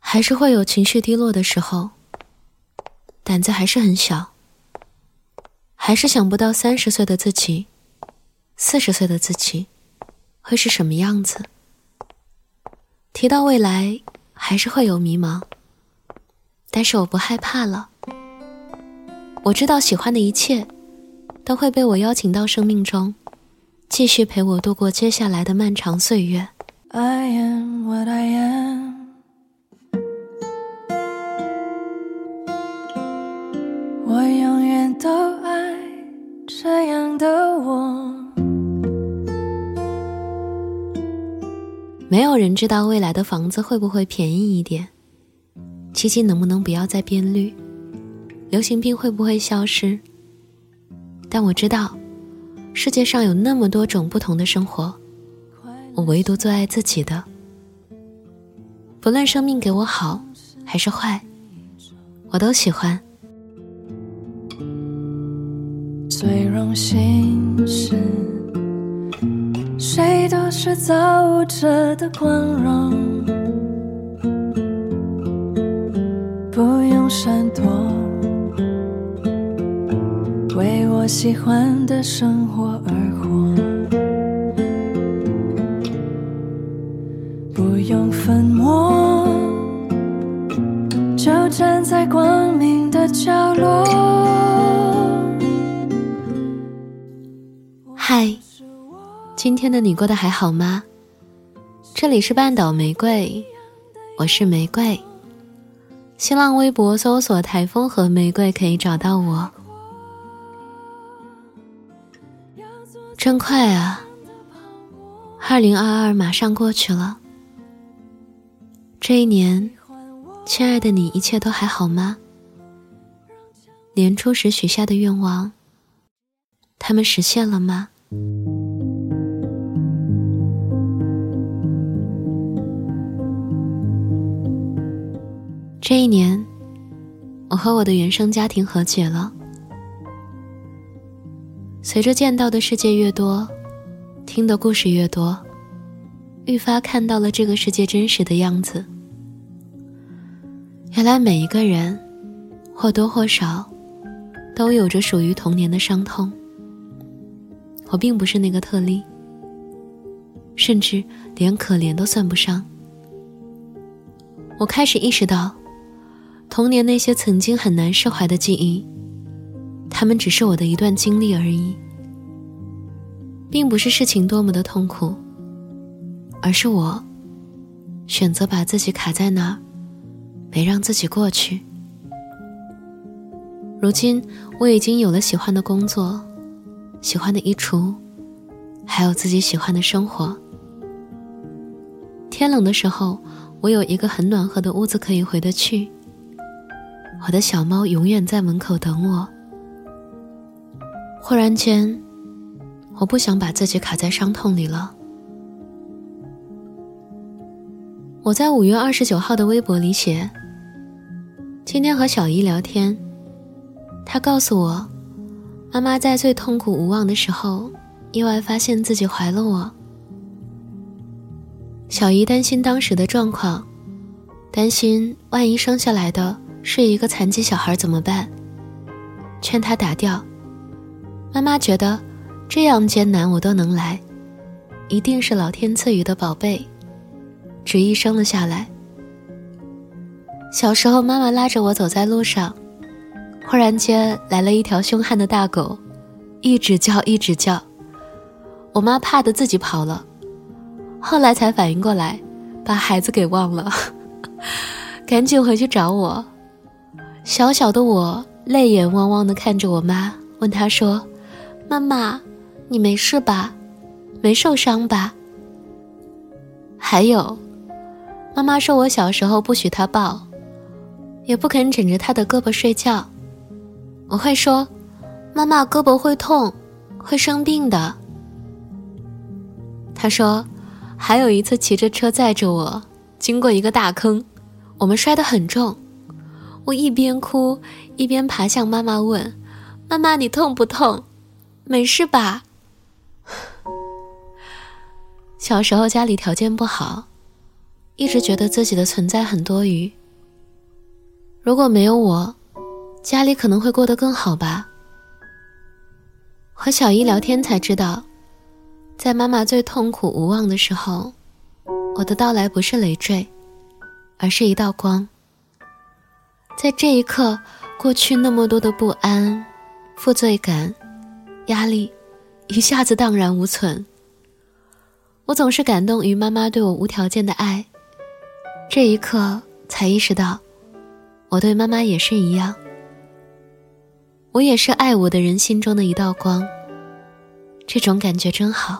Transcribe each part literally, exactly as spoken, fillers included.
还是会有情绪低落的时候，胆子还是很小，还是想不到三十岁的自己，四十岁的自己会是什么样子。提到未来，还是会有迷茫，但是我不害怕了。我知道喜欢的一切都会被我邀请到生命中，继续陪我度过接下来的漫长岁月。 I am what I am， 我永远都爱这样的我。 没有人知道未来的房子会不会便宜一点，基金能不能不要再变绿，流行病会不会消失。但我知道世界上有那么多种不同的生活，我唯独最爱自己的。不论生命给我好还是坏，我都喜欢。 最荣幸是谁都是造物者的光荣，不用闪躲，为我喜欢的生活而活，不用粉墨，就站在光明的角落。 嗨，今天的你过得还好吗？这里是半岛玫瑰，我是玫瑰。新浪微博搜索台风和玫瑰可以找到我。真快啊，二零二二马上过去了。这一年，亲爱的你，一切都还好吗？年初时许下的愿望，他们实现了吗？这一年，我和我的原生家庭和解了。随着见到的世界越多，听的故事越多，愈发看到了这个世界真实的样子。原来每一个人或多或少都有着属于童年的伤痛。我并不是那个特例，甚至连可怜都算不上。我开始意识到，童年那些曾经很难释怀的记忆，它们只是我的一段经历而已，并不是事情多么的痛苦，而是我选择把自己卡在那儿，没让自己过去。如今我已经有了喜欢的工作，喜欢的衣橱，还有自己喜欢的生活。天冷的时候，我有一个很暖和的屋子可以回得去，我的小猫永远在门口等我。忽然间，我不想把自己卡在伤痛里了。我在五月二十九号的微博里写，今天和小姨聊天，她告诉我，妈妈在最痛苦无望的时候，意外发现自己怀了我。小姨担心当时的状况，担心万一生下来的是一个残疾小孩怎么办，劝她打掉。妈妈觉得这样艰难我都能来，一定是老天赐予的宝贝，执意生了下来。小时候妈妈拉着我走在路上，忽然间来了一条凶悍的大狗，一直叫一直叫，我妈怕得自己跑了，后来才反应过来，把孩子给忘了赶紧回去找我。小小的我泪眼汪汪地看着我妈，问她说，妈妈，你没事吧？没受伤吧？还有，妈妈说我小时候不许她抱，也不肯枕着她的胳膊睡觉。我会说，妈妈，胳膊会痛，会生病的。她说，还有一次骑着车载着我，经过一个大坑，我们摔得很重。我一边哭一边爬向妈妈问，妈妈，你痛不痛？没事吧？小时候家里条件不好， 一直觉得自己的存在很多余。如果没有我，家里可能会过得更好吧。和小姨聊天才知道，在妈妈最痛苦无望的时候，我的到来不是累赘，而是一道光。在这一刻，过去那么多的不安、负罪感、压力一下子荡然无存。我总是感动于妈妈对我无条件的爱，这一刻才意识到，我对妈妈也是一样。我也是爱我的人心中的一道光，这种感觉真好。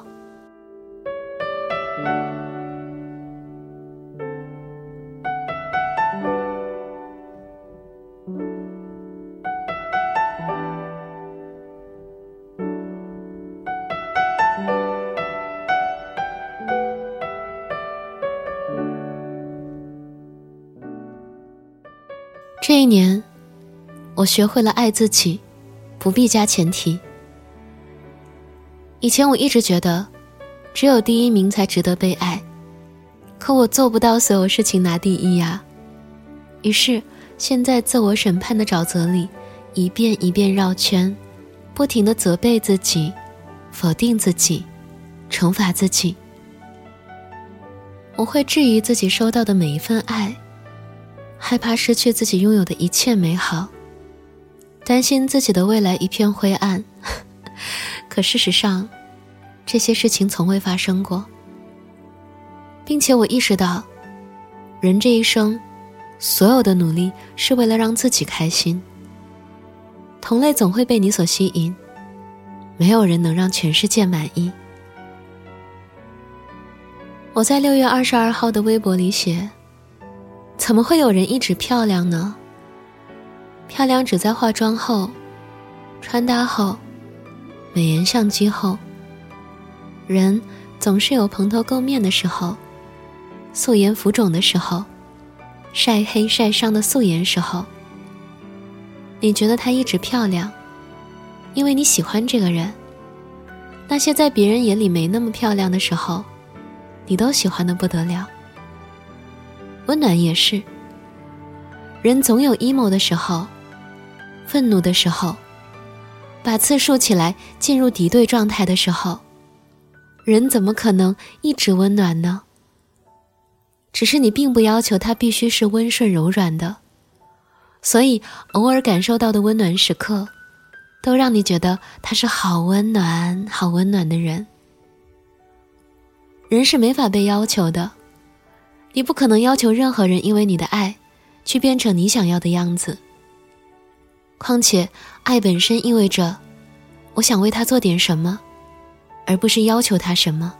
这一年，我学会了爱自己，不必加前提。以前我一直觉得，只有第一名才值得被爱，可我做不到所有事情拿第一呀。于是，陷在自我审判的沼泽里，一遍一遍绕圈，不停地责备自己，否定自己，惩罚自己。我会质疑自己收到的每一份爱，害怕失去自己拥有的一切美好，担心自己的未来一片灰暗。可事实上，这些事情从未发生过。并且我意识到，人这一生，所有的努力是为了让自己开心。同类总会被你所吸引，没有人能让全世界满意。我在六月二十二号的微博里写，怎么会有人一直漂亮呢？漂亮只在化妆后、穿搭后、美颜相机后。人总是有蓬头垢面的时候，素颜浮肿的时候，晒黑晒伤的素颜时候。你觉得她一直漂亮，因为你喜欢这个人。那些在别人眼里没那么漂亮的时候，你都喜欢得不得了。温暖也是，人总有 emo 的时候，愤怒的时候，把刺竖起来进入敌对状态的时候，人怎么可能一直温暖呢？只是你并不要求它必须是温顺柔软的，所以偶尔感受到的温暖时刻，都让你觉得他是好温暖好温暖的人。人是没法被要求的，你不可能要求任何人因为你的爱去变成你想要的样子。况且爱本身意味着我想为他做点什么，而不是要求他什么。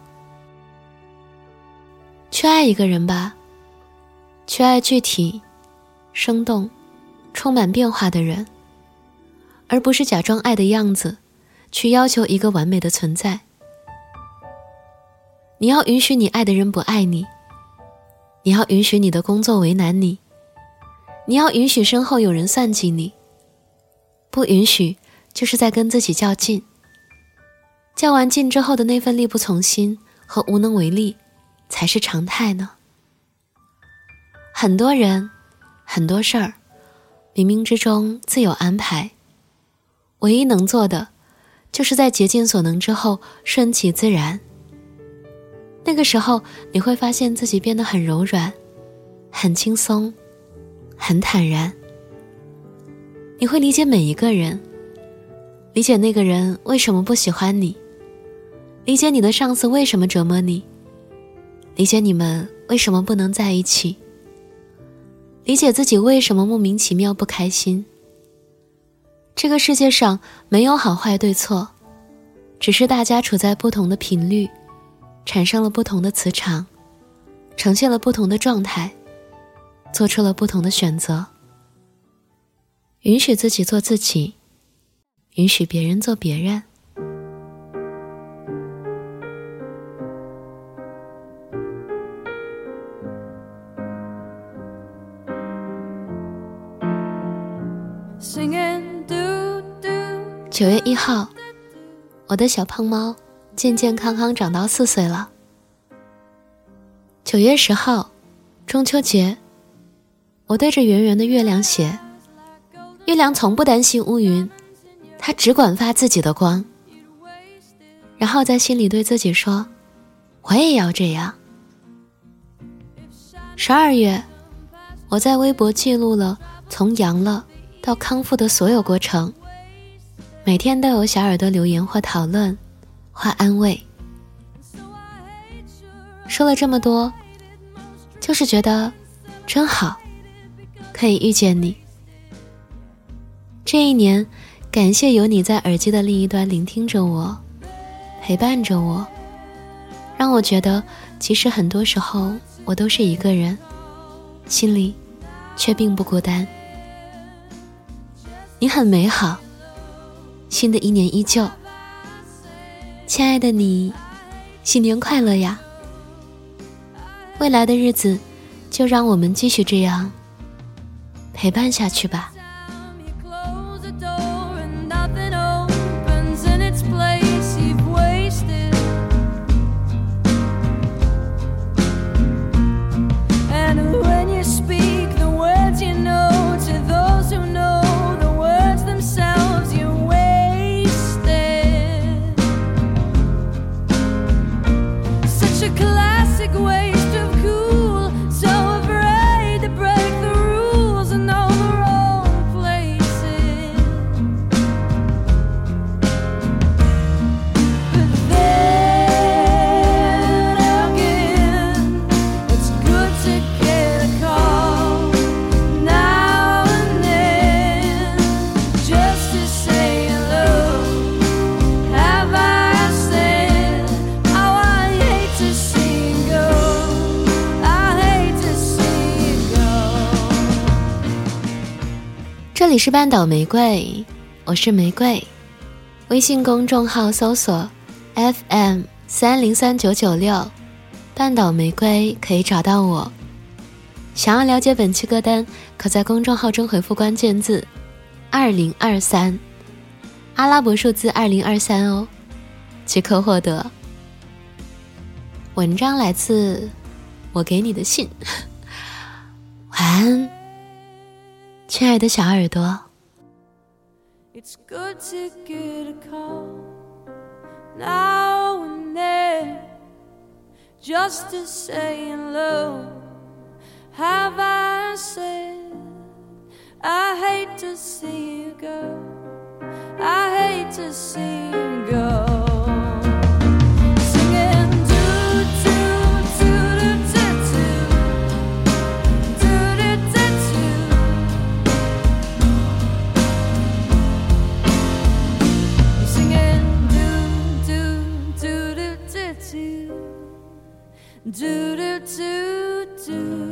去爱一个人吧，去爱具体、生动、充满变化的人，而不是假装爱的样子，去要求一个完美的存在。你要允许你爱的人不爱你，你要允许你的工作为难你，你要允许身后有人算计你，不允许就是在跟自己较劲。较完劲之后的那份力不从心和无能为力，才是常态呢。很多人，很多事儿，冥冥之中自有安排，唯一能做的，就是在竭尽所能之后顺其自然。那个时候，你会发现自己变得很柔软，很轻松，很坦然。你会理解每一个人，理解那个人为什么不喜欢你，理解你的上司为什么折磨你，理解你们为什么不能在一起，理解自己为什么莫名其妙不开心。这个世界上没有好坏对错，只是大家处在不同的频率，产生了不同的磁场，呈现了不同的状态，做出了不同的选择。允许自己做自己，允许别人做别人。九月一号，我的小胖猫健健康康长到四岁了。九月十号， 中秋节，我对着圆圆的月亮写，月亮从不担心乌云，它只管发自己的光。然后在心里对自己说，我也要这样。十二月，我在微博记录了从阳了到康复的所有过程，每天都有小耳朵留言或讨论或安慰。说了这么多，就是觉得真好，可以遇见你。这一年，感谢有你在耳机的另一端聆听着我，陪伴着我，让我觉得其实很多时候我都是一个人，心里却并不孤单。你很美好，新的一年依旧，亲爱的你，新年快乐呀！未来的日子，就让我们继续这样陪伴下去吧。这里是半岛玫瑰，我是玫瑰。微信公众号搜索 F M 三零三九九六，半岛玫瑰可以找到我。想要了解本期歌单，可在公众号中回复关键字二零二三，阿拉伯数字二零二三哦，即可获得。文章来自我给你的信。晚安，亲爱的小耳朵。 It's good to get a call now and then, just to say hello. Have I said I hate to see you go, I hate to see you go. Do do do do.